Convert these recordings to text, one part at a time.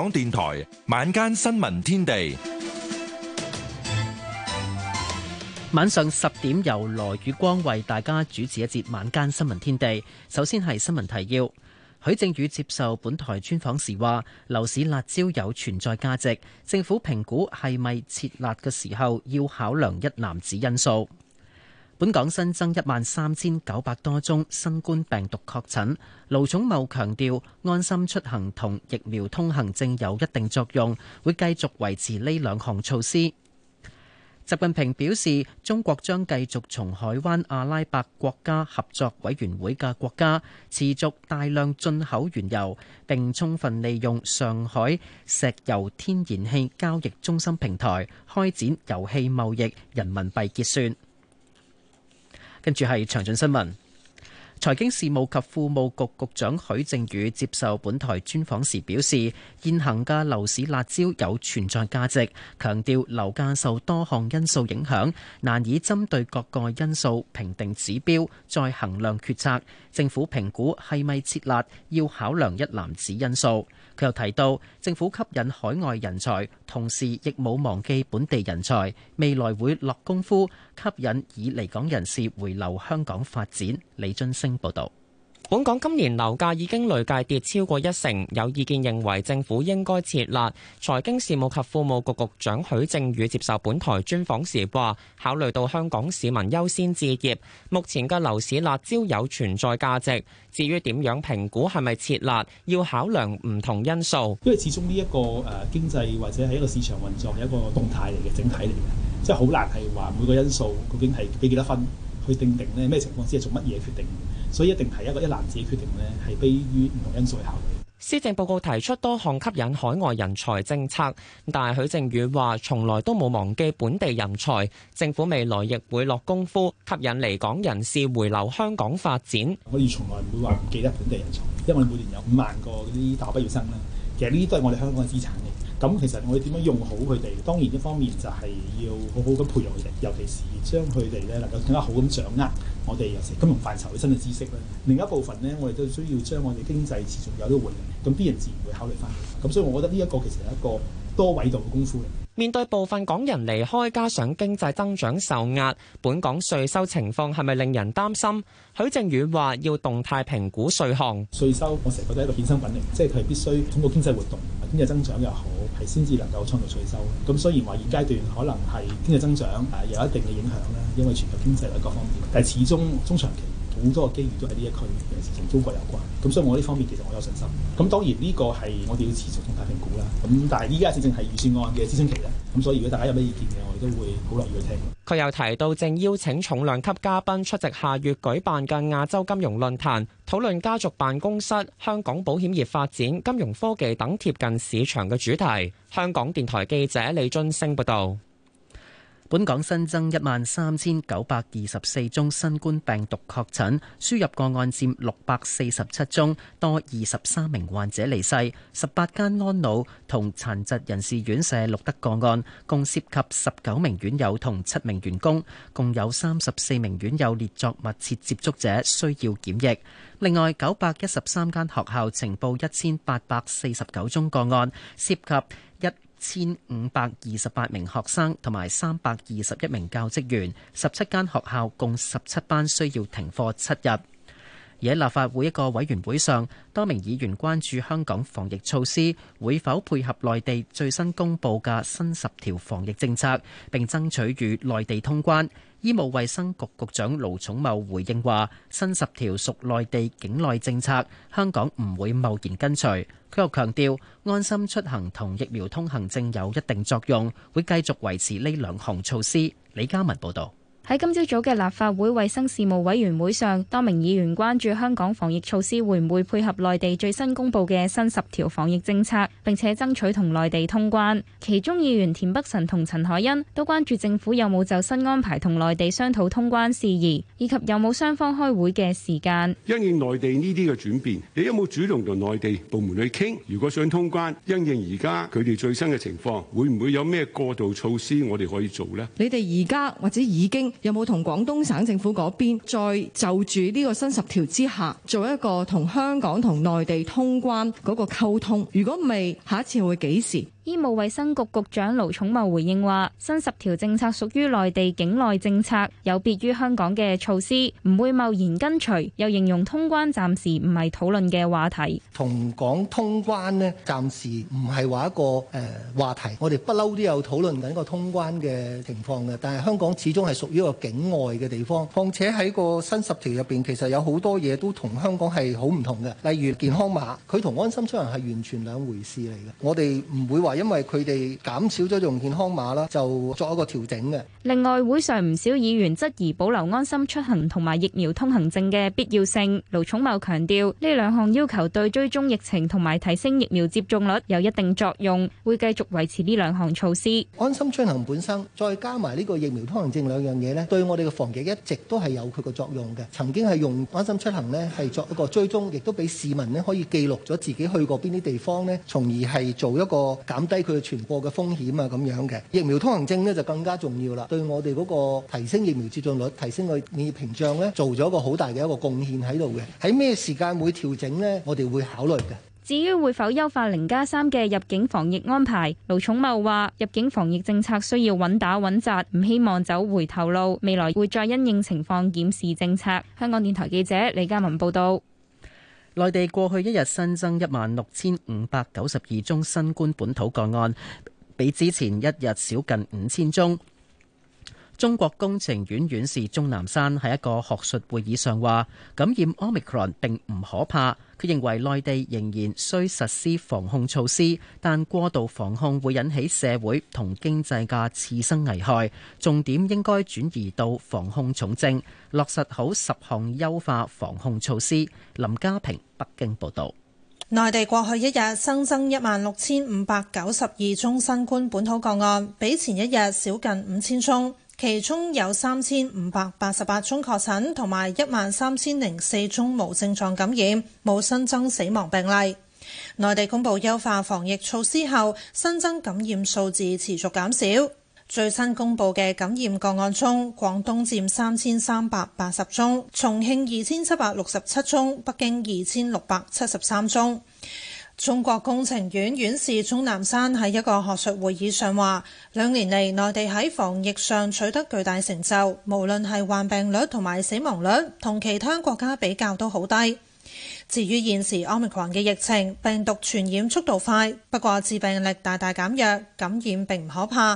港電台晚間新聞天地， 晚上10點由羅宇光為大家主持一節晚間新聞天地。首先係新聞提要。許正宇接受本台專訪時話，樓市辣招有存在價值，政府評估係咪撤辣嘅時候要考量一籃子因素。本港新增13900多宗新冠病毒確診，盧寵茂強調安心出行同疫苗通行證有一定作用，會繼續維持呢兩項措施。習近平表示，中國將繼續從海灣阿拉伯國家合作委員會嘅國家持續大量進口原油，並充分利用上海石油天然氣交易中心平台開展油氣貿易人民幣結算。跟住係詳盡新聞。財經事務及庫務局局長許正宇接受本台專訪時表示，現行嘅樓市辣招有存在價值，強調樓價受多項因素影響，難以針對各個因素評定指標再衡量決策。政府評估係咪撤辣，要考量一籃子因素。佢又提到，政府吸引海外人才，同時亦冇忘記本地人才，未來會落功夫吸引已離港人士回流香港發展。李津升報導。 本港今年樓價已經累計跌超過1成，有意見認為政府應該撤辣。財經事務及庫務局局長許正宇接受本台專訪時話，考慮到香港市民優先置業，目前嘅樓市辣招有存在價值。至於點樣評估係咪撤辣，要考量唔同因素。 因為始終呢一個經濟或者係一個市場運作係一個動態嚟嘅整體嚟嘅，即係好難係話每個因素究竟係俾幾多分去定呢咩情況之下做乜嘢決定。所以一定係一個一籃子嘅決定呢，係基於唔同因素去考慮。 施政報告提出多項吸引海外人才政策，但係許正宇話從來都冇忘記本地人才，政府未來亦會落功夫吸引離港人士回流香港發展。 我哋從來唔會話唔記得本地人才，因為我哋每年有5萬個嗰啲大學畢業生啦。其實呢啲都係我哋香港嘅資產嚟。咁其實我哋點樣用好佢哋？當然一方面就係要好好咁培養佢哋，尤其是將佢哋咧能夠更加好咁掌握我哋有時金融範疇嘅新嘅知識咧。另一部分呢，我哋都需要將我哋經濟持續有啲回應，咁啲人自然會考慮翻。咁所以我覺得呢一個其實係一個多維度嘅功夫嚟。 面對部分港人離開，加上經濟增長受壓，本港稅收情況係咪令人擔心？許正宇話要動態評估稅項。 稅收我成日覺得係一個衍生品嚟，即係佢係必須通過經濟活動同埋經濟增長又好，係先至能夠創造稅收。咁雖然話現階段可能係經濟增長有一定嘅影響啦，因為全球經濟各方面，但係始終中長期好多嘅機遇都喺呢一區，尤其是同中國有關。咁所以我呢方面其實我有信心。咁當然呢個係我哋要持續動態評估啦。咁但係依家正係預算案嘅諮詢期啦。咁所以如果大家有咩意見嘅，我哋都會好樂意去聽。 佢又提到正邀請重量級嘉賓出席下月舉辦嘅亞洲金融論壇，討論家族辦公室、香港保險業發展、金融科技等貼近市場嘅主題。香港電台記者李津升報道。 本港新增13924宗新冠病毒確診，輸入個案佔647宗，多23名患者離世。18間安老同殘疾人士院舍錄得個案，共涉及19名院友同7名員工，共有34名院友列作密切接觸者，需要檢疫。另外913間學校呈報1849宗個案，涉及1528名學生同埋321名教職員，17間學校共17班需要停課7日。而喺立法會一個委員會上，多名議員關注香港防疫措施會否配合內地最新公布嘅新10條防疫政策，並爭取與內地通關。醫務衛生局局長盧寵茂回應話：新10條屬內地境內政策，香港唔會貿然跟隨。佢又強調，安心出行同疫苗通行證有一定作用，會繼續維持呢兩項措施。李嘉文報導。 喺今朝早嘅立法會衛生事務委員會上，多名議員關注香港防疫措施會唔會配合內地最新公布嘅新10條防疫政策，並且爭取同內地通關。其中議員田北辰同陳凱欣都關注政府有冇就新安排同內地商討通關事宜，以及有冇雙方開會嘅時間。 因應內地呢啲嘅轉變，你有冇主動同內地部門去傾？如果想通關，因應而家佢哋最新嘅情況，會唔會有咩過渡措施我哋可以做呢？ 你哋而家或者已經有冇同廣東省政府嗰邊再就住呢個新10條之下做一個同香港同內地通關嗰個溝通？如果未，下一次會幾時？ 醫務衛生局局長盧寵茂回應話：新10條政策屬於內地境內政策，有別於香港嘅措施，唔會貿然跟隨。又形容通關暫時唔係討論嘅話題。 同港通關呢，暫時唔係話一個話題。我哋不嬲都有討論緊個通關嘅情況嘅，但係香港始終係屬於一個境外嘅地方。況且喺個新10條入邊，其實有好多嘢都同香港係好唔同嘅，例如健康碼，佢同安心出行係完全兩回事嚟嘅。我哋唔會話因為佢哋減少咗用健康碼啦，就作一個調整嘅。 另外，會上唔少議員質疑保留安心出行同埋疫苗通行證嘅必要性。盧寵茂強調，呢兩項要求對追蹤疫情同埋提升疫苗接種率有一定作用，會繼續維持呢兩項措施。 安心出行本身，再加埋呢個疫苗通行證兩樣嘢呢，對我哋嘅防疫一直都係有佢個作用嘅。曾經係用安心出行呢，係作一個追蹤，亦都俾市民呢可以記錄咗自己去過邊啲地方呢，從而係做一個減低佢傳播嘅風險啊，咁樣嘅疫苗通行證呢就更加重要啦，對我哋嗰個提升疫苗接種率、提升個免疫屏障呢，做咗一個好大嘅一個貢獻喺度嘅。喺咩時間會調整呢？我哋會考慮嘅。 至於會否優化0+3嘅入境防疫安排，盧寵茂話：入境防疫政策需要穩打穩紮，唔希望走回頭路，未來會再因應情況檢視政策。香港電台記者李嘉文報道。 內地過去一日新增16,592宗新冠本土個案，比之前一日少近5000宗。中國工程院院士鍾南山喺一個學術會議上話，感染 Omicron 並唔可怕。佢認為內地仍然需實施防控措施，但過度防控會引起社會同經濟嘅次生危害。重點應該轉移到防控重症，落實好10項優化防控措施。林家平北京報導。 內地過去一日新增16,592宗新冠本土個案，比前一日少近5000宗。其中有3588宗確診，同埋13004宗無症狀感染，冇新增死亡病例。內地公布優化防疫措施後，新增感染數字持續減少。最新公布嘅感染個案中，廣東佔3380宗，重慶2767宗，北京2673宗。中國工程院院士鍾南山喺一個學術會議上話，2年嚟內地喺防疫上取得巨大成就，無論係患病率同埋死亡率，同其他國家比較都好低。至於現時 Omicron 嘅疫情，病毒傳染速度快，不過致病力大大減弱，感染並唔可怕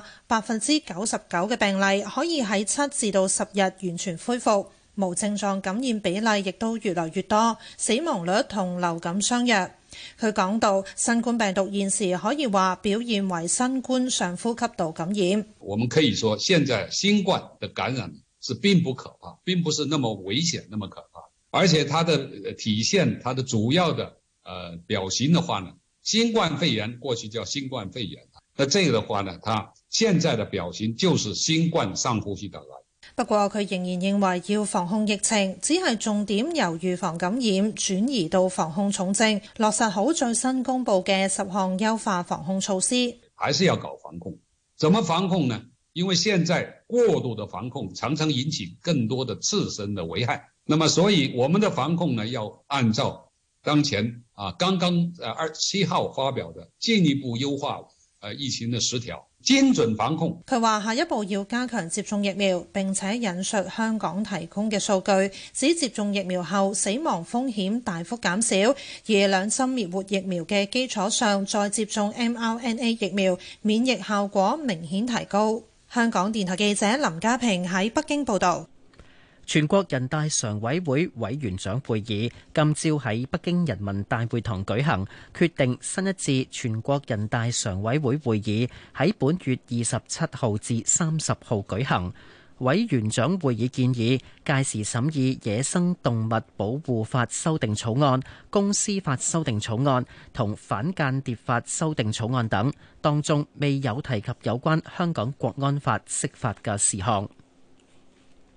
，99%嘅病例可以喺7至到10日完全恢復，無症狀感染比例亦都越來越多，死亡率同流感相若。佢講到，新冠病毒現時可以話表現為新冠上呼吸道感染。 我們可以說，現在新冠的感染是並不可怕，並不是那麼危險，那麼可怕。而且它的體現，它的主要的表型的話呢，新冠肺炎過去叫新冠肺炎，那這個的話呢，它現在的表型就是新冠上呼吸道癌。 不過佢仍然認為要防控疫情，只係重點由預防感染轉移到防控重症，落實好最新公布嘅10項優化防控措施。 還是要搞防控，怎麼防控呢？因為現在過度的防控常常引起更多的自身的危害。那麼所以我們的防控呢，要按照當前剛剛27號發表的進一步優化疫情的10條。精準防控。 佢話下一步要加強接種疫苗，並且引述香港提供嘅數據，指接種疫苗後死亡風險大幅減少，而2針滅活疫苗嘅基礎上再接種 mRNA 疫苗，免疫效果明顯提高。香港電台記者林家平喺北京報導。 全國人大常委會委員長會議今朝喺北京人民大會堂舉行，決定新一次全國人大常委會會議喺本月27號至30號舉行。委員長會議建議屆時審議野生動物保護法修訂草案、公司法修訂草案同反間諜法修訂草案等，當中未有提及有關香港國安法釋法嘅事項。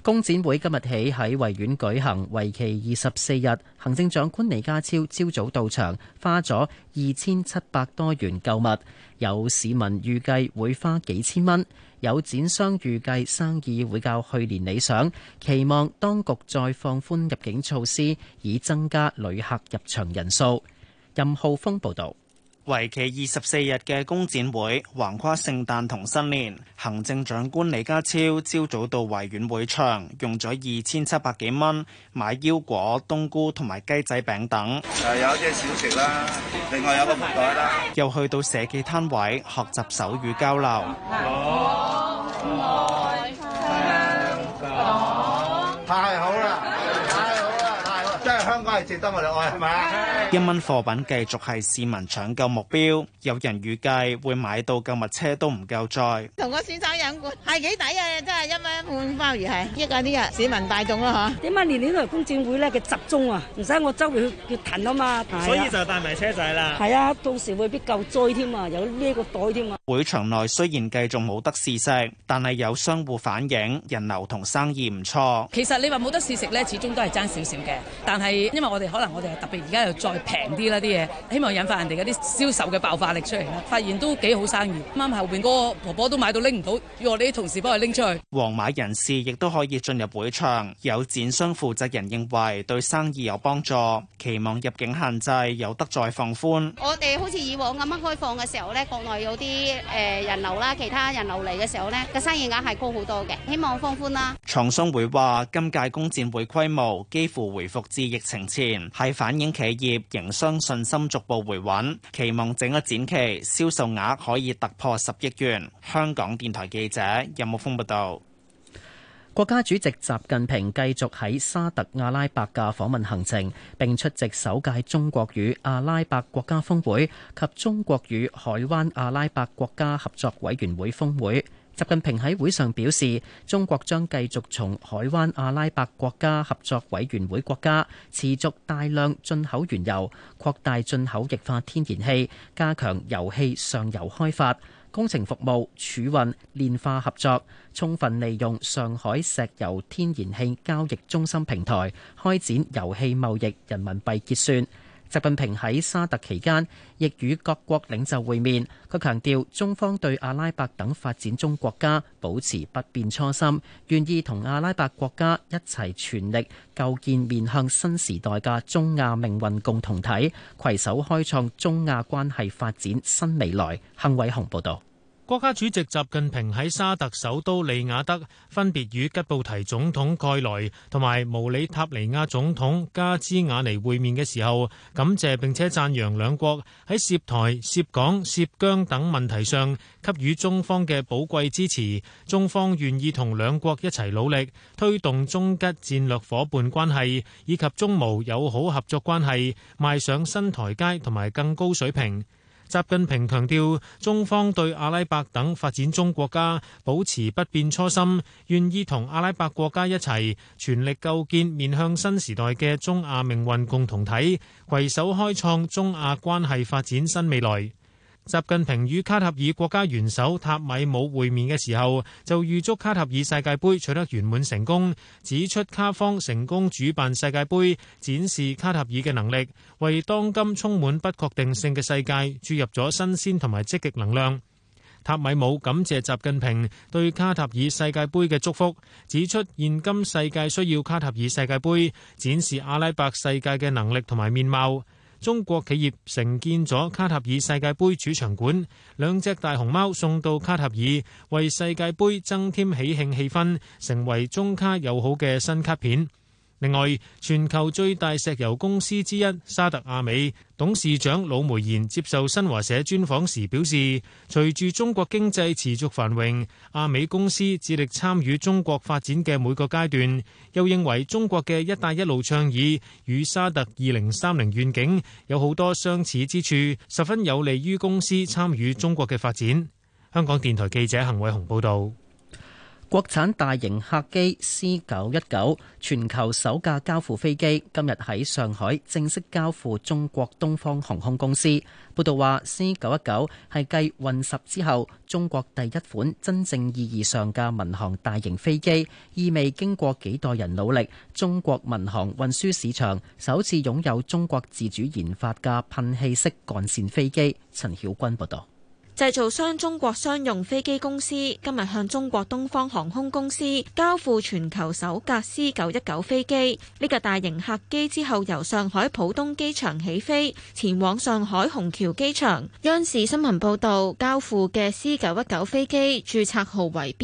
工展會今日起喺維園舉行，為期24日。行政長官李家超朝早到場，花咗2700多元購物。有市民預計會花幾千蚊，有展商預計生意會較去年理想，期望當局再放寬入境措施，以增加旅客入場人數。任浩峰報導。 為期24日嘅工展會橫跨聖誕同新年，行政長官李家超朝早到維園會場，用咗2700幾蚊買腰果、冬菇同埋雞仔餅等。 有啲小食啦，另外有個福袋啦。 又去到社企攤位學習手語交流。 我愛香港，太好啦！真係香港係值得我哋愛，係咪啊 ？1蚊貨品繼續係市民搶購目標，有人預計會買到購物車都唔夠載。 同個選手飲過係幾抵啊！真係1蚊半鮑魚係益下啲啊市民大眾啦嚇。 點解年年都係工展會咧嘅集中啊？唔使我周圍去騰啊嘛。 所以就帶埋車仔啦。 係啊，到時會必夠載添啊，有呢個袋添啊。 會場內雖然繼續冇得試食，但係有商戶反映人流同生意唔錯。 其實你話冇得試食咧，始終都係爭少少嘅。但係因為我哋可能我哋係特別而家又再平啲啦啲嘢，希望引發人哋嗰啲銷售嘅爆發力出嚟啦。發現都幾好生意，啱後邊嗰個婆婆都買到拎唔到，要我哋啲同事幫佢拎出去。 黃碼人士亦都可以進入會場，有展商負責人認為對生意有幫助，期望入境限制有得再放寬。 我哋好似以往咁樣開放嘅時候呢，國內有啲人流啦，其他人流嚟嘅時候呢，個生意額係高好多嘅，希望放寬啦。 廠商會話，今屆工展會規模幾乎回復至疫情前，係反映企業營商信心逐步回穩，期望整個展期銷售額可以突破10億元。香港電台記者任木峰報道。 國家主席習近平繼續喺沙特阿拉伯嘅訪問行程，並出席首屆中國與阿拉伯國家峰會及中國與海灣阿拉伯國家合作委員會峰會。習近平喺會上表示，中國將繼續從海灣阿拉伯國家合作委員會國家持續大量進口原油，擴大進口液化天然氣，加強油氣上游開發、工程服務、儲運、煉化合作，充分利用上海石油天然氣交易中心平台，開展油氣貿易人民幣結算。習近平喺沙特期間亦與各國領袖會面，佢強調中方對阿拉伯等發展中國家保持不變初心，願意同阿拉伯國家一齊全力構建面向新時代嘅中亞命運共同體，攜手開創中亞關係發展新未來。幸偉雄報導。 國家主席習近平喺沙特首都利雅得分別與吉布提總統蓋萊同埋毛里塔尼亞總統加茲瓦尼會面嘅時候，感謝並且讚揚兩國喺涉台、涉港、涉疆等問題上給予中方嘅寶貴支持。中方願意同兩國一齊努力，推動中吉戰略夥伴關係以及中毛友好合作關係邁上新台階同埋更高水平。習近平強調，中方對阿拉伯等發展中國家保持不變初心，願意同阿拉伯國家一齊全力構建面向新時代嘅中亞命運共同體，攜手開創中亞關係發展新未來。習近平與卡塔爾國家元首塔米姆會面嘅時候，就預祝卡塔爾世界盃取得圓滿成功，指出卡方成功主辦世界盃，展示卡塔爾嘅能力，為當今充滿不確定性嘅世界注入咗新鮮同埋積極能量。塔米姆感謝習近平對卡塔爾世界盃嘅祝福，指出現今世界需要卡塔爾世界盃，展示阿拉伯世界嘅能力同埋面貌。中國企業承建咗卡塔爾世界盃主場館，2隻大熊貓送到卡塔爾，為世界盃增添喜慶氣氛，成為中卡友好嘅新卡片。另外，全球最大石油公司之一沙特阿美董事長魯梅賢接受新華社專訪時表示，隨住中國經濟持續繁榮，阿美公司致力參與中國發展嘅每個階段。又認為中國嘅一帶一路倡議與沙特2030願景有好多相似之處，十分有利於公司參與中國嘅發展。香港電台記者幸偉雄報導。 國產大型客機 C919 全球首架交付飛機今日喺上海正式交付中國東方航空公司。 報道話 C919 係繼運10之後中國第一款真正意義上嘅民航大型飛機，意味經過幾代人努力，中國民航運輸市場首次擁有中國自主研發嘅噴氣式幹線飛機。陳曉君報道。 製造商中國商用飛機公司今日向中國東方航空公司交付全球首架 C919 飛機。呢架大型客機之後由上海浦東機場起飛，前往上海虹橋機場。央視新聞報道，交付嘅 C919 飛機註冊號為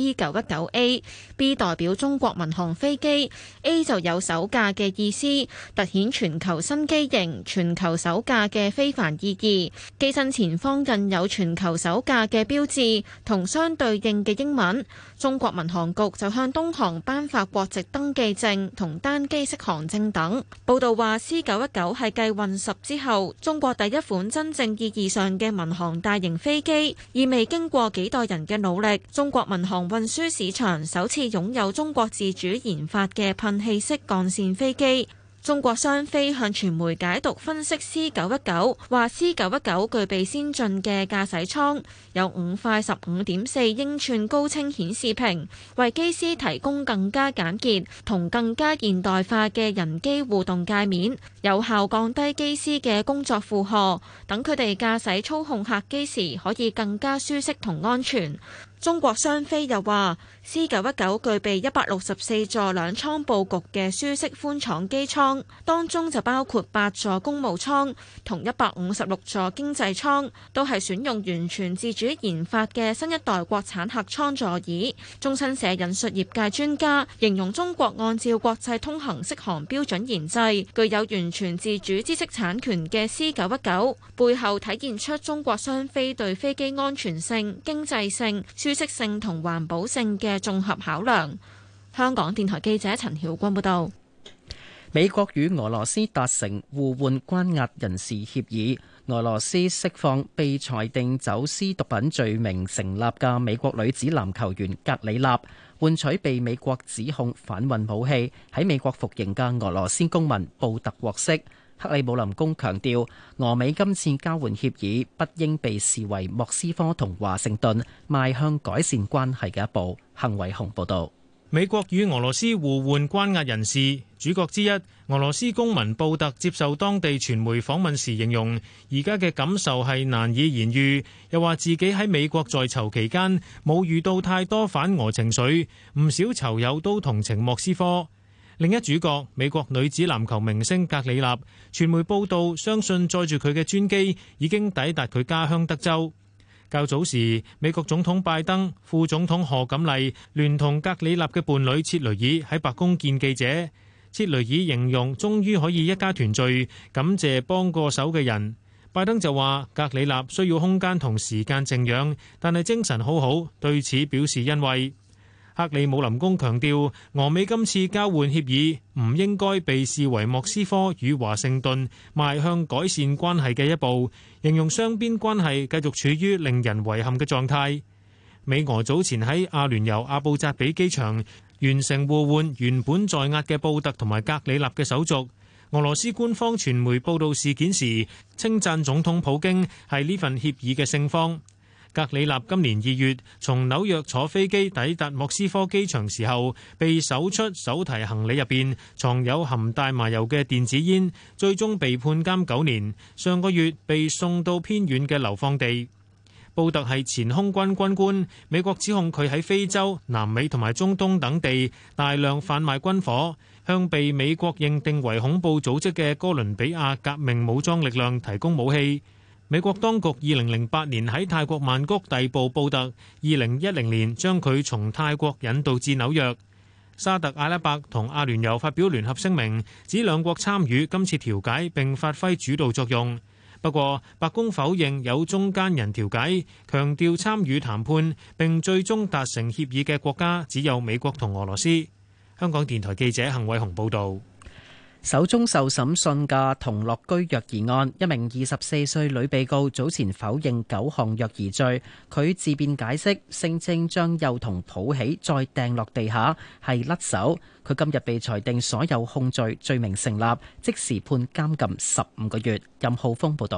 B919A，B 代表中國民航飛機，A 就有首架嘅意思，凸顯全球新機型、全球首架嘅非凡意義。機身前方印有全球首架嘅標誌同相對應嘅英文。中國民航局就向東航頒發國籍登記證同單機適航證等。報道話 C919 係繼運10之後中國第一款真正意義上嘅民航大型飛機，意味經過幾代人嘅努力，中國民航運輸市場首次擁有中國自主研發嘅噴氣式幹線飛機。中國商飛向傳媒解讀分析 C919， 話 C919 具備先進嘅駕駛艙，有5塊15.4英寸高清顯示屏，為機師提供更加簡潔同更加現代化嘅人機互動界面，有效降低機師嘅工作負荷，等佢哋駕駛操控客機時可以更加舒適同安全。中國商飛又話 C919 具備164座兩艙佈局嘅舒適寬敞機艙，當中就包括8座公務艙同156座經濟艙，都係選用完全自主研發嘅新一代國產客艙座椅。中新社引述業界專家形容，中國按照國際通行適航標準研製，具有完全自主知識產權嘅 C919， 背後體現出中國商飛對飛機安全性、經濟性、舒適性同環保性嘅綜合考量。香港電台記者陳曉君報道。 美國與俄羅斯達成互換關押人士協議，俄羅斯釋放被裁定走私毒品罪名成立嘅美國女子籃球員格里納，換取被美國指控販運武器喺美國服刑嘅俄羅斯公民布特獲釋。克里姆林宮強調，俄美今次交換協議不應被視為莫斯科同華盛頓邁向改善關係嘅一步。幸偉雄報導。 美國與俄羅斯互換關押人士，主角之一俄羅斯公民布特接受當地傳媒訪問時形容，而家嘅感受係難以言喻，又話自己喺美國在囚期間冇遇到太多反俄情緒，唔少囚友都同情莫斯科。另一主角美國女子籃球明星格里納，傳媒報道相信載住佢嘅專機已經抵達佢家鄉德州。較早時，美國總統拜登、副總統賀錦麗聯同格里納嘅伴侶切雷爾喺白宮見記者。切雷爾形容終於可以一家團聚，感謝幫過手嘅人。拜登就話格里納需要空間同時間靜養，但係精神好好，對此表示欣慰。克里姆林宮強調，俄美今次交換協議唔應該被視為莫斯科與華盛頓邁向改善關係嘅一步，形容雙邊關係繼續處於令人遺憾嘅狀態。美俄早前喺阿聯酋阿布扎比機場完成互換原本在押嘅布特同埋格里納嘅手續。俄羅斯官方傳媒報道事件時，稱讚總統普京係呢份協議嘅勝方。格里納今年2月從紐約坐飛機抵達莫斯科機場時候，被搜出手提行李入邊藏有含大麻油嘅電子煙，最終被判監9年。上個月被送到偏遠嘅流放地。布特係前空軍軍官，美國指控佢喺非洲、南美同埋中東等地大量販賣軍火，向被美國認定為恐怖組織嘅哥倫比亞革命武裝力量提供武器。美國當局2008年喺泰國曼谷逮捕布特，2010年將佢從泰國引渡至紐約。沙特阿拉伯同阿聯酋發表聯合聲明，指兩國參與今次調解並發揮主導作用。不過，白宮否認有中間人調解，強調參與談判並最終達成協議嘅國家只有美國同俄羅斯。香港電台記者幸偉雄報導。 首宗受審訊嘅同樂居虐兒案，一名24歲女被告早前否認9項虐兒罪。佢自辯解釋，聲稱將幼童抱起再掟落地下係甩手。佢今日被裁定所有控罪罪名成立，即時判監禁15個月。任浩峰報導。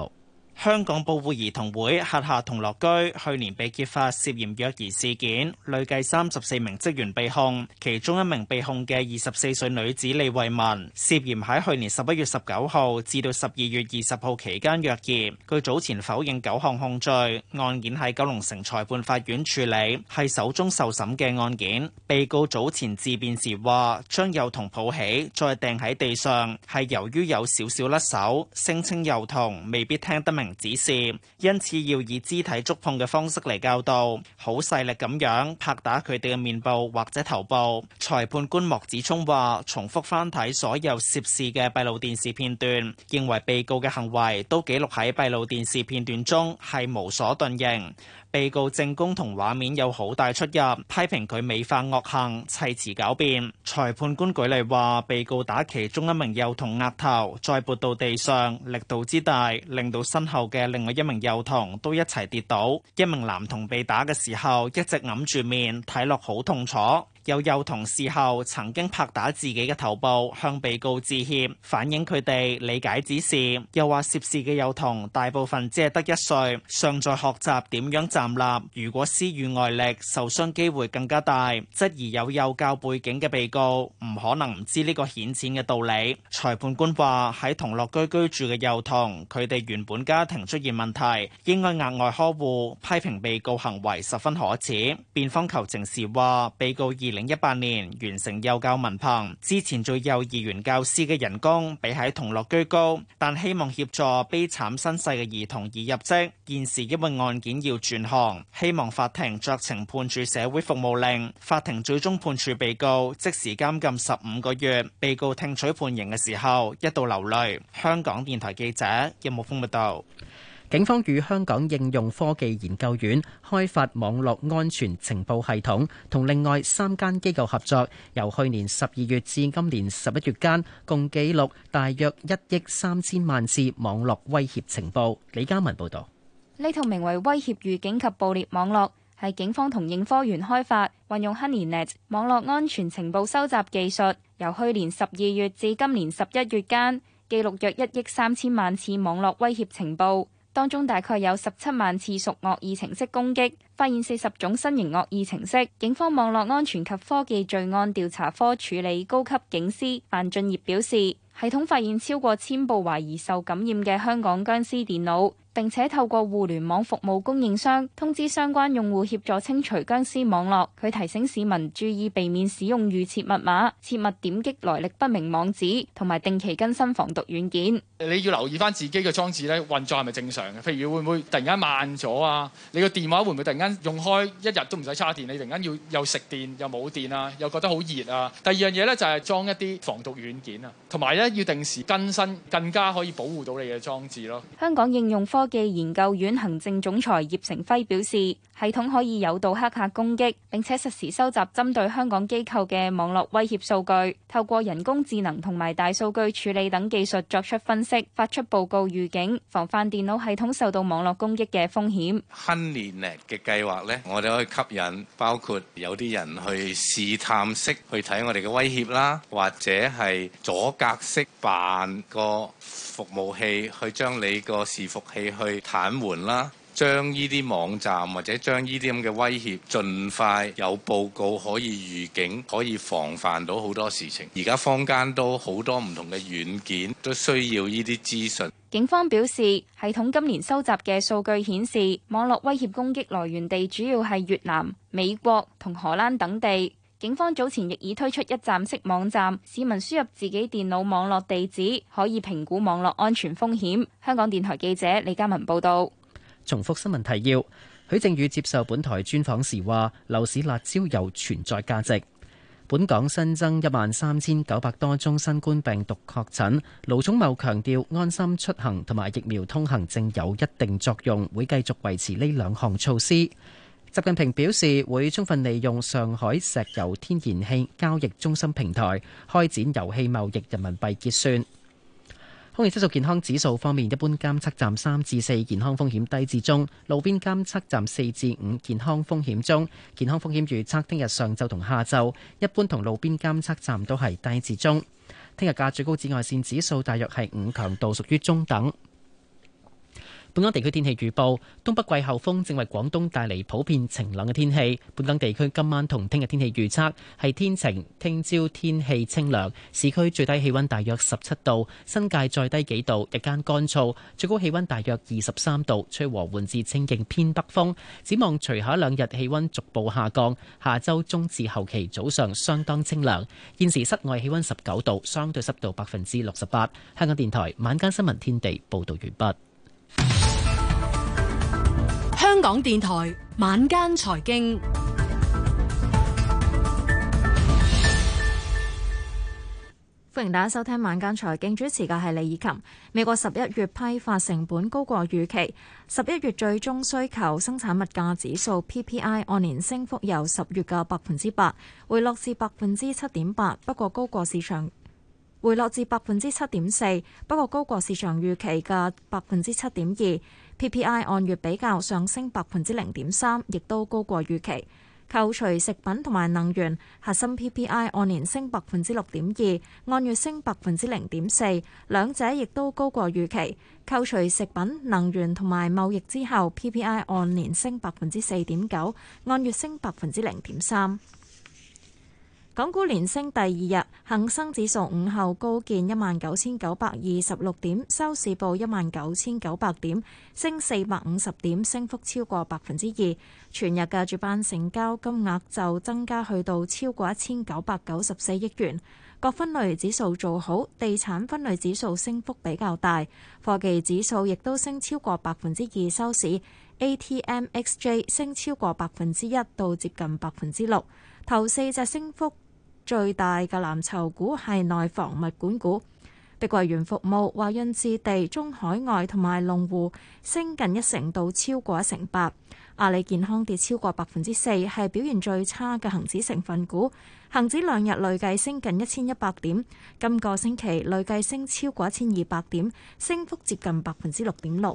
香港保護兒童會轄下童樂居去年被揭發涉嫌虐兒事件，累計34名職員被控，其中一名被控嘅24歲女子李慧文，涉嫌喺去年11月19號至到12月20號期間虐兒。佢早前否認9項控罪，案件喺九龍城裁判法院處理，係首宗受審嘅案件。被告早前自辯時話，將幼童抱起再掟喺地上，係由於有少少甩手，聲稱幼童未必聽得明指示，因此要以肢體觸碰嘅方式嚟教導，好勢力咁樣拍打佢哋嘅面部或者頭部。裁判官莫子聰話，重複翻睇所有涉事嘅閉路電視片段，認為被告嘅行為都記錄喺閉路電視片段中，係無所遁形。被告證供同畫面有好大出入，批評佢美化惡行，砌詞狡辯。裁判官舉例話，被告打其中一名幼童額頭，再撥到地上，力度之大，令到身後嘅另外一名幼童都一齊跌倒。一名男童被打嘅時候，一直揞住面，睇落好痛楚。有幼童事後曾經拍打自己嘅頭部，向被告致歉，反映佢哋理解指示。又話涉事嘅幼童大部分只係得1歲，尚在學習點樣站立。如果施予外力，受傷機會更加大。質疑有幼教背景嘅被告唔可能唔知呢個顯淺嘅道理。裁判官話，喺同樂居居住嘅幼童，佢哋原本家庭出現問題，應該額外呵護，批評被告行為十分可恥。辯方求情時話，被告2018年完成幼教文憑，之前做幼兒園教師嘅人工比喺同樂居高，但希望協助悲慘身世嘅兒童而入職。現時因為案件要轉行，希望法庭酌情判處社會服務令。法庭最終判處被告即時監禁15個月。被告聽取判刑嘅時候一度流淚。香港電台記者任木峰報道。 警方與香港應用科技研究院開發網絡安全情報系統，同另外3間機構合作，由去年12月至今年11月間，共記錄大約1億3000萬次網絡威脅情報。李嘉文報導。 呢套名為威脅預警及捕獵網絡，係警方同應科院開發，運用 HoneyNet 網絡安全情報收集技術，由去年12月至今年11月間，記錄約1億3000萬次網絡威脅情報。當中大概有17萬次屬惡意程式攻擊，發現40種新型惡意程式。警方網絡安全及科技罪案調查科處理高級警司范俊業表示，系統發現超過1000部懷疑受感染嘅香港僵屍電腦，並且透過互聯網服務供應商通知相關用戶協助清除僵屍網絡。佢提醒市民注意避免使用預設密碼，切勿點擊來歷不明網址，同埋定期更新防毒軟件。 你要留意翻自己嘅裝置咧運作係咪正常嘅？譬如會唔會突然間慢咗啊？你個電話會唔會突然間用開一日都唔使叉電？你突然間要又食電又冇電啊？又覺得好熱啊？第二樣嘢咧就係裝一啲防毒軟件啊，同埋咧要定時更新，更加可以保護到你嘅裝置咯。 香港應用科技研究院行政總裁葉成輝表示，系統可以誘導黑客攻擊，並且實時收集針對香港機構嘅網絡威脅數據，透過人工智能同埋大數據處理等技術作出分析，發出報告預警，防範電腦系統受到網絡攻擊嘅風險。 HoneyNet 嘅計劃呢，我哋可以吸引包括有啲人去試探式去睇我哋嘅威脅啦，或者係阻隔式扮個服務器去將你個伺服器去癱瘓啦，將呢啲網站或者將呢啲咁嘅威脅盡快有報告，可以預警，可以防範到好多事情。而家坊間都好多唔同嘅軟件都需要呢啲資訊。 警方表示，系統今年收集嘅數據顯示，網絡威脅攻擊來源地主要係越南、美國同荷蘭等地。警方早前亦已推出一站式網站，市民輸入自己電腦網絡地址，可以評估網絡安全風險。香港電台記者李嘉文報道。 重複新聞提要：許正宇接受本台專訪時話，樓市辣招有存在價值。本港新增13900多宗新冠病毒確診，盧寵茂強調安心出行同埋疫苗通行證有一定作用，會繼續維持呢兩項措施。習近平表示會充分利用上海石油天然氣交易中心平台，開展油氣貿易人民幣結算。空氣質素健康指數方面，一般監測站3至4，健康風險低至中；路邊監測站4至5，健康風險中。健康風險預測聽日上晝同下晝，一般同路邊監測站都係低至中。聽日嘅最高紫外線指數大約係5，強度屬於中等。 本港地區天氣預報：東北季候風正為廣東帶嚟普遍晴朗嘅天氣。本港地區今晚同聽日天氣預測係天晴，聽朝天氣清涼，市區最低氣溫大約17度，新界再低幾度，日間乾燥，最高氣溫大約23度，吹和緩至清勁偏北風。展望隨後2日氣溫逐步下降，下週中至後期早上相當清涼。現時室外氣溫19度，相對濕度68%。香港電台晚間新聞天地報道完畢。 香港電台晚間財經， 歡迎大家收聽晚間財經，主持嘅係李以琴。美國11月批發成本高過預期，11月最終需求生產物價指數 PPI 按年升幅由10月嘅8%回落至7.8%，不過高過市場回落至7.4%，不過高過市場預期嘅7.2%。PPI 按月比較上升0.3%，亦都高過預期。扣除食品同埋能源，核心 PPI 按年升6.2%，按月升0.4%，兩者亦都高過預期。扣除食品、能源同埋貿易之後 ，PPI 按年升4.9%，按月升0.3%。港股連升第二日，恒生指數午後高見19,926點，收市報19,900點，升450點，升幅超過2%。全日嘅主板成交金額就增加去到超過1,994億元。各分類指數做好，地產分類指數升幅比較大，科技指數亦都升超過2%收市。ATMXJ 升超過1%到接近6%。頭4隻升幅最大嘅藍籌股係內房物管股，碧桂園服務、華潤置地、中海外同埋龍湖升近1%到超過1.8%。阿里健康跌超過4%，係表現最差嘅恒指成分股。恒指2日累計升近1100點，今個星期累計升超過1200點，升幅接近6.6%。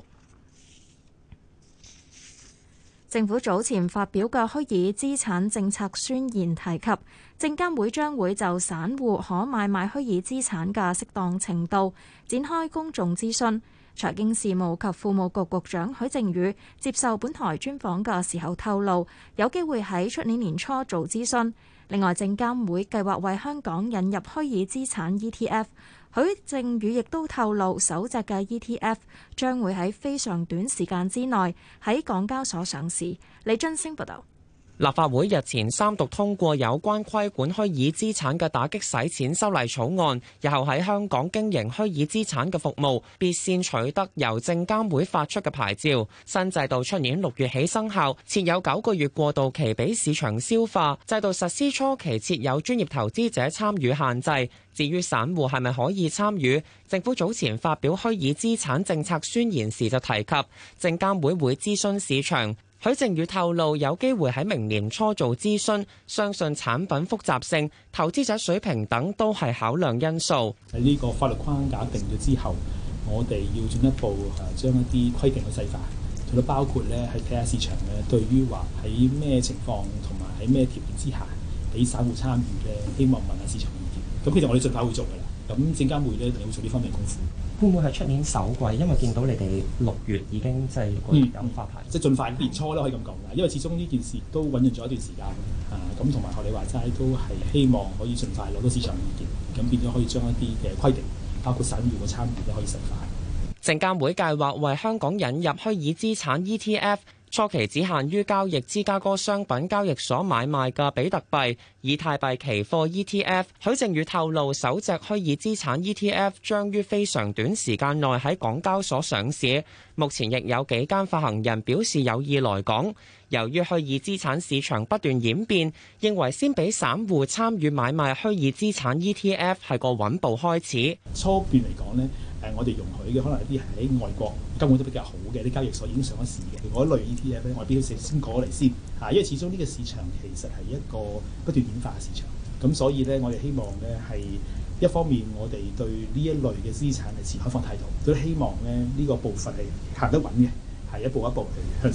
政府早前發表嘅虛擬資產政策宣言提及，證監會將會就散戶可買賣虛擬資產嘅適當程度展開公眾諮詢。財經事務及庫務局局長許正宇接受本台專訪嘅時候透露，有機會喺出年年初做諮詢。另外，證監會計劃為香港引入虛擬資產 ETF。許正宇亦都透露，首隻嘅 ETF 將會喺非常短時間之內喺港交所上市。李津升報道。 立法會日前三讀通過有關規管虛擬資產嘅打擊洗錢修例草案，日後喺香港經營虛擬資產嘅服務，必先取得由證監會發出嘅牌照。新制度出年6月起生效，設有9個月過渡期俾市場消化。制度實施初期設有專業投資者參與限制。至於散戶係咪可以參與，政府早前發表虛擬資產政策宣言時就提及，證監會會諮詢市場。許正宇透露有機會喺明年初做諮詢，相信產品複雜性、投資者水平等都係考量因素。 喺呢個法律框架定咗之後，我哋要進一步將一啲規定去細化，除咗包括咧係睇下市場咧對於話喺咩情況同埋喺咩條件之下俾散戶參與咧，希望問下市場意見。咁其實我哋盡快會做㗎啦。咁證監會咧會做呢方面功夫。 會唔會係出年首季？因為見到你哋6月已經即係有發牌， 即係盡快年初都可以咁講㗎。因為始終呢件事都醖釀咗一段時間咁同埋學你話齋都係希望可以盡快攞到市場意見，咁變咗可以將一啲嘅規定，包括散戶嘅參與都可以實快。 證監會計劃為香港引入虛擬資產 ETF。初期只限於交易芝加哥商品交易所買賣嘅比特幣、以太幣期貨 ETF。許正宇透露，首隻虛擬資產 ETF 將於非常短時間內喺港交所上市。目前亦有幾間發行人表示有意來港。由於虛擬資產市場不斷演變，認為先俾散戶參與買賣虛擬資產 ETF 係個穩步開始。 初段嚟講呢，我哋容許嘅可能有啲喺外國根本都比較好嘅啲交易所已經上咗市嘅嗰類 ETF 咧，我哋必須先過嚟先嚇，因為始終呢個市場其實係一個不斷演化嘅市場，咁所以咧我哋希望咧係一方面我哋對呢一類嘅資產係持開放態度，都希望咧呢個步伐係行得穩嘅，係一步一步去向前行。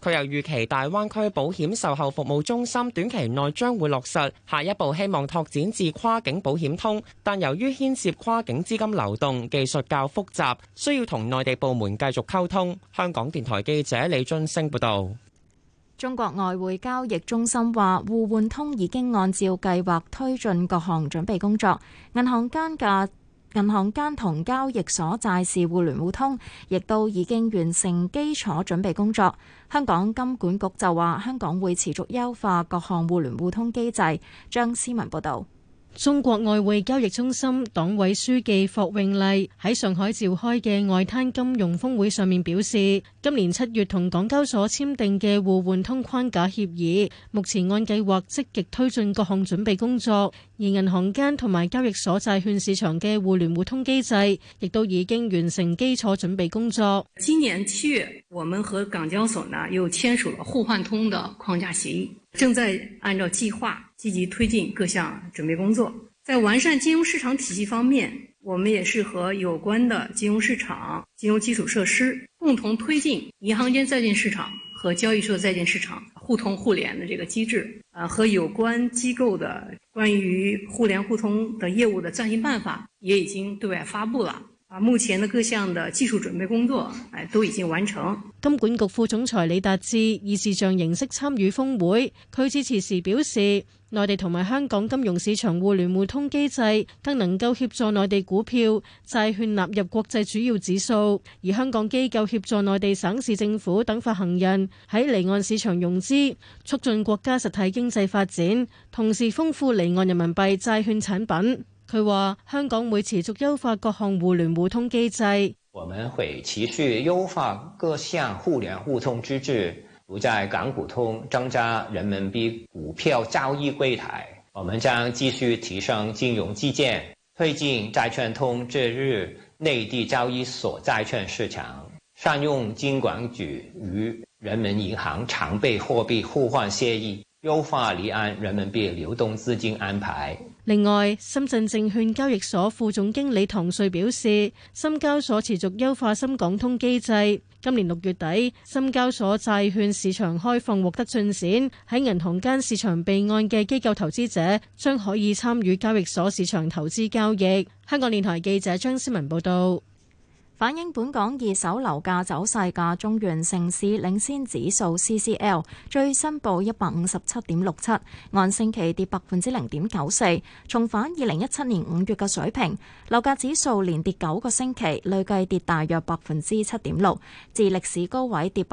佢又預期大灣區保險售後服務中心短期內將會落實，下一步希望拓展至跨境保險通，但由於牽涉跨境資金流動，技術較複雜，需要同內地部門繼續溝通。香港電台記者李津升報道。 中國外匯交易中心話，互換通已經按照計劃推進各項準備工作，銀行間同交易所債市互聯互通亦都已經完成基礎準備工作。香港金管局就話，香港會持續優化各項互聯互通機制。張思文報道。 中國外匯交易中心黨委書記霍永麗喺上海召開嘅外灘金融峰會上面表示，今年7月同港交所簽訂嘅互換通框架協議，目前按計劃積極推進各項準備工作，而銀行間同埋交易所債券市場嘅互聯互通機制，亦都已經完成基礎準備工作。 今年7月，我們和港交所呢又簽署了互換通的框架協議，正在按照計劃積極推進各項準備工作。在完善金融市場體系方面，我們也是和有關的金融市場、金融基礎設施共同推進銀行間債券市場和交易所債券市場互通互聯的這個機制，和有關機構的關於互聯互通的業務的暫行辦法也已經對外發布了。目前的各項的技術準備工作都已經完成。 金管局副總裁李達志以視像形式參與峰會，佢致辭時表示，內地同埋香港金融市場互聯互通機制更能夠協助內地股票、債券納入國際主要指數，而香港機構協助內地省市政府等發行人喺離岸市場融資，促進國家實體經濟發展，同時豐富離岸人民幣債券產品。佢話香港會持續優化各項互聯互通機制， 我們會持續優化各項互聯互通機制，如在港股通增加人民幣股票交易櫃台，我們將繼續提升金融基建，推進債券通置入內地交易所債券市場，善用金管局與人民銀行常備貨幣互換協議，優化離岸人民幣流動資金安排。 另外，深圳證券交易所副總經理唐瑞表示，深交所持續優化深港通機制。今年6月底，深交所債券市場開放獲得進展，喺銀行間市場備案嘅機構投資者將可以參與交易所市場投資交易。香港電台記者張思文報道。 反映本港二手樓價走勢嘅中原城市領先指數 CCL 最新報 157.67， 按星期跌 0.94%， 重返2017年5月嘅水平。樓價指數連跌9個星期，累計跌大約 7.6%， 自歷史高位跌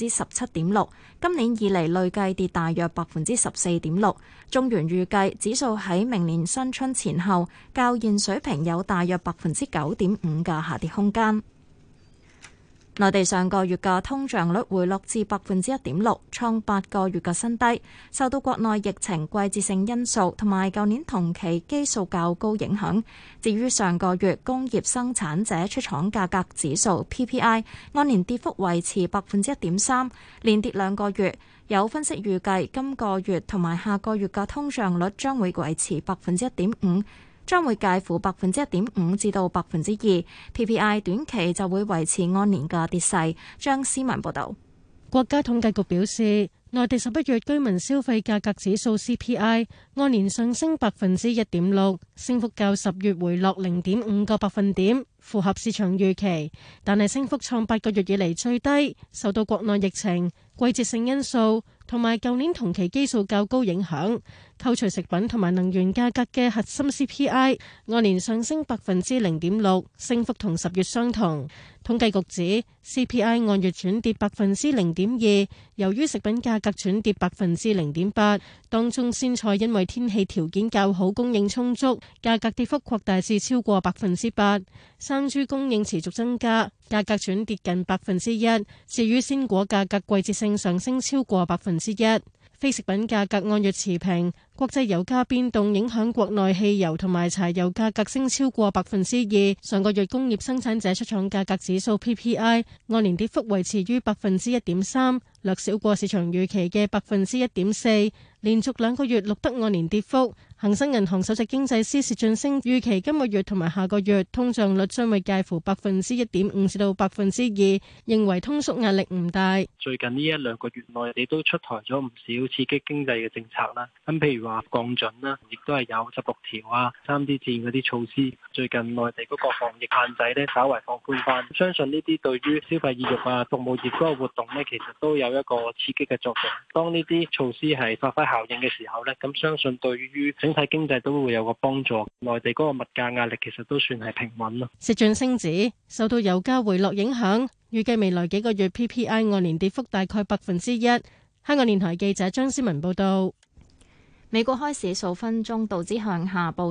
17.6%。今年以嚟累計跌大約 14.6%。中原預計指數喺明年新春前後較現水平有大約 9.5% 嘅下跌空間。內地上個月嘅通脹率回落至 1.6%， 創8個月嘅新低，受到國內疫情、季節性因素同埋舊年同期基數較高影響。至於上個月工業生產者出廠價格指數 PPI 按年跌幅維持 1.3%， 連跌2個月。有分析預計今個月同埋下個月嘅通脹率將會維持 1.5%。將會介乎 1.5% 至到 2%，PPI 短期就會維持按年嘅跌勢。張思文報導。 國家統計局表示，內地11月居民消費價格指數 CPI 按年上升 1.6%， 升幅較10月回落 0.5個百分點，符合市場預期，但係升幅創8個月以嚟最低，受到國內疫情、季節性因素同埋舊年同期基數較高影響。扣除食品同埋能源價格嘅核心 CPI 按年上升 0.6%， 升幅同10月相同。統計局指 CPI 按月轉跌 0.2%， 由於食品價格轉跌 0.8%， 當中鮮菜因為天氣條件較好，供應充足，價格跌幅擴大至超過 8%。生豬供應持續增加，價格轉跌近 1%。至於鮮果價格季節性上升超過 1%。非食品價格按月持平，國際油價變動影響國內汽油同埋柴油價格升超過 2%。上個月工業生產者出廠價格指數 PPI 按年跌幅維持於 1.3%， 略少過市場預期嘅 1.4%， 連續2個月錄得按年跌幅。 恒生銀行首席經濟師薛俊升預期今個月同埋下個月通脹率將會介乎1.5%至到2%，認為通縮壓力唔大。 最近呢一兩個月內地都出台咗唔少刺激經濟嘅政策啦，咁譬如話降準啦，亦都係有16條啊、3D 戰嗰啲措施。最近內地嗰個防疫限制咧稍為放寬翻，相信呢啲對於消費意欲啊、服務業嗰個活動咧，其實都有一個刺激嘅作用。當呢啲措施係發揮效應嘅時候咧，咁相信對於整體經濟都會有個幫助。內地嗰個物價壓力其實都算係平穩咯。 薛俊升指受到油價回落影響，預計未來幾個月 PPI 按年跌幅大概1%。香港電台記者張思文報道。 美國開市數分鐘，道指向下報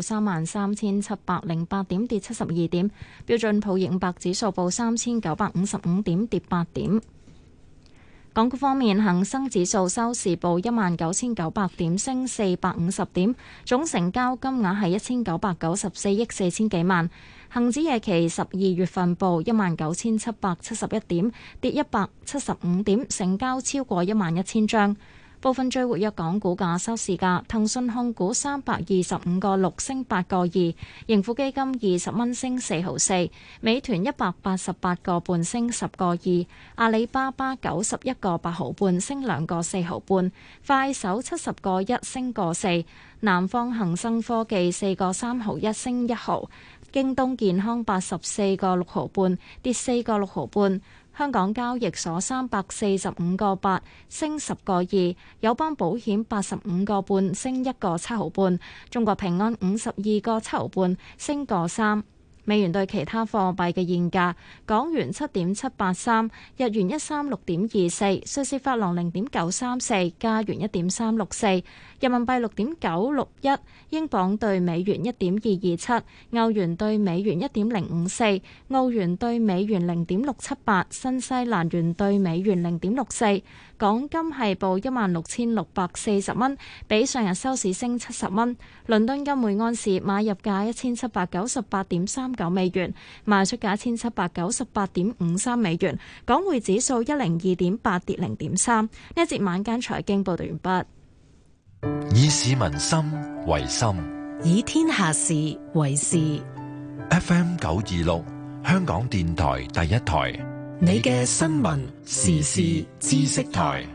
33,708點，跌72點；標準普爾500指數報3,955點，跌8點。港股方面，恒生指數收市報19,900點，升450點，總成交金額係1994億4千幾萬。恒指夜期12月份報19,771點，跌175點，成交超過11,000張。部分最活躍港股價收市價：騰訊控股325個6升8個2，盈富基金20蚊升4毫4，美團188個半升10個2，阿里巴巴91個8毫半升2個4毫半，快手70個1升個4，南方恒生科技4個3毫1升1毫，京東健康84個6毫半跌4個6毫半。香港交易所345個8升10個2，友邦保險85個半升1個7毫半，中國平安52個7毫半升個3。美元對其他貨幣嘅現價：港元7.783，日元136.24，瑞士法郎0.934，加元1.364，人民幣6.961，英鎊對美元1.227，歐元對美元1.054，澳元對美元0.678，新西蘭元對美元0.64。港金係報16,640蚊，比上日收市升70蚊。倫敦金每安士買入價1798.39美元，賣出價1798.53美元。港匯指數102.8跌0.3。呢一節晚間財經報道完畢。以市民心為心， 以天下事為事。 FM 926，香港電台第一台。 你嘅新聞時事知識台，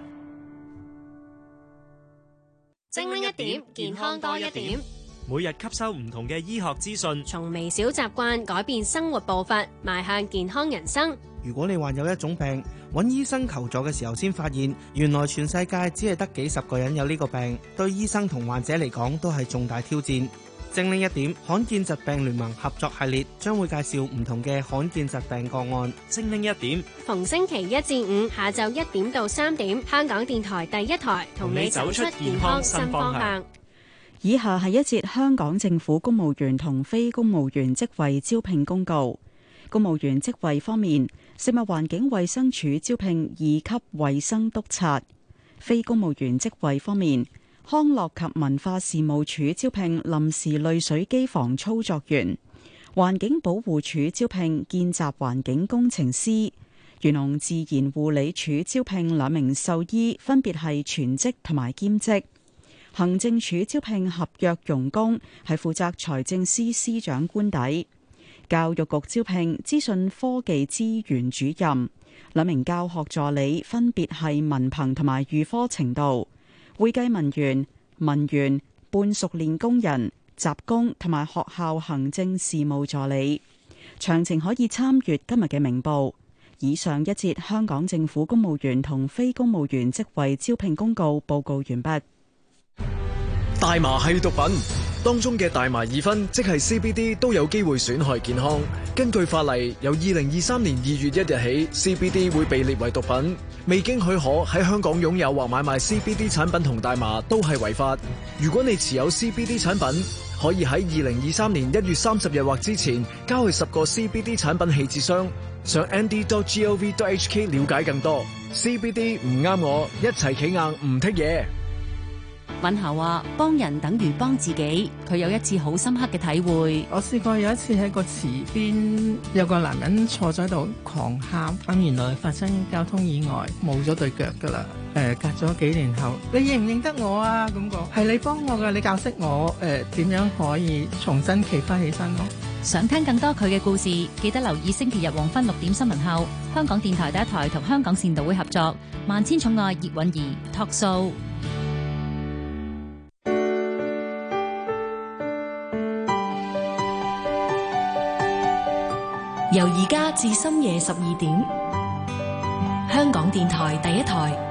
精靈一點，健康多一點。 每日吸收唔同嘅醫學資訊， 從微小習慣改變生活步伐，邁向健康人生。 如果你患有一種病，揾醫生求助嘅時候先發現，原來全世界只係得幾十個人有呢個病，對醫生同患者嚟講都係重大挑戰。精靈一點罕見疾病聯盟合作系列將會介紹唔同嘅罕見疾病個案。 精靈一點， 逢星期1至5下晝1點到3點，香港電台第一台同你走出健康新方向。 以下係一節香港政府公務員同非公務員職位招聘公告。公務員職位方面，食物環境衛生署招聘2級衛生督察；非公務員職位方面，康樂及文化事務署招聘臨時濾水機房操作員，環境保護署招聘見習環境工程師，漁農自然護理署招聘2名獸醫，分別係全職同埋兼職。行政署招聘合約傭工，係負責財政司司長官邸。教育局招聘資訊科技資源主任，2名教學助理，分別係文憑同埋預科程度。會計文員、文員、半熟練工人、雜工同埋學校行政事務助理。詳情可以參閱今日嘅明報。以上一節香港政府公務員同非公務員職位招聘公告報告完畢。 大麻係毒品，當中嘅大麻二酚，即係 CBD 都有機會損害健康。根據法例，由2023年2月1日起 ，CBD 會被列為毒品。未經許可喺香港擁有或買賣 CBD 產品同大麻都係違法。如果你持有 CBD 產品，可以喺2023年1月30日或之前交去10個 CBD 產品棄置箱。上 nd.gov.hk 了解更多。CBD 唔啱我，一齊企硬唔剔嘢。 敏霞話：幫人等於幫自己。佢有一次好深刻嘅體會。 我試過有一次喺個池邊，有個男人坐咗喺度狂喊，咁原來發生交通意外，冇咗對腳㗎啦。隔咗幾年後，你認唔認得我啊？咁講係你幫我㗎，你教識我點樣可以重新企翻起身咯。 想聽更多佢嘅故事，記得留意星期日黃昏6點新聞後，香港電台第一台同香港善導會合作《萬千寵愛葉韻儀》Talk Show。由而家至深夜12點，香港電台第一台。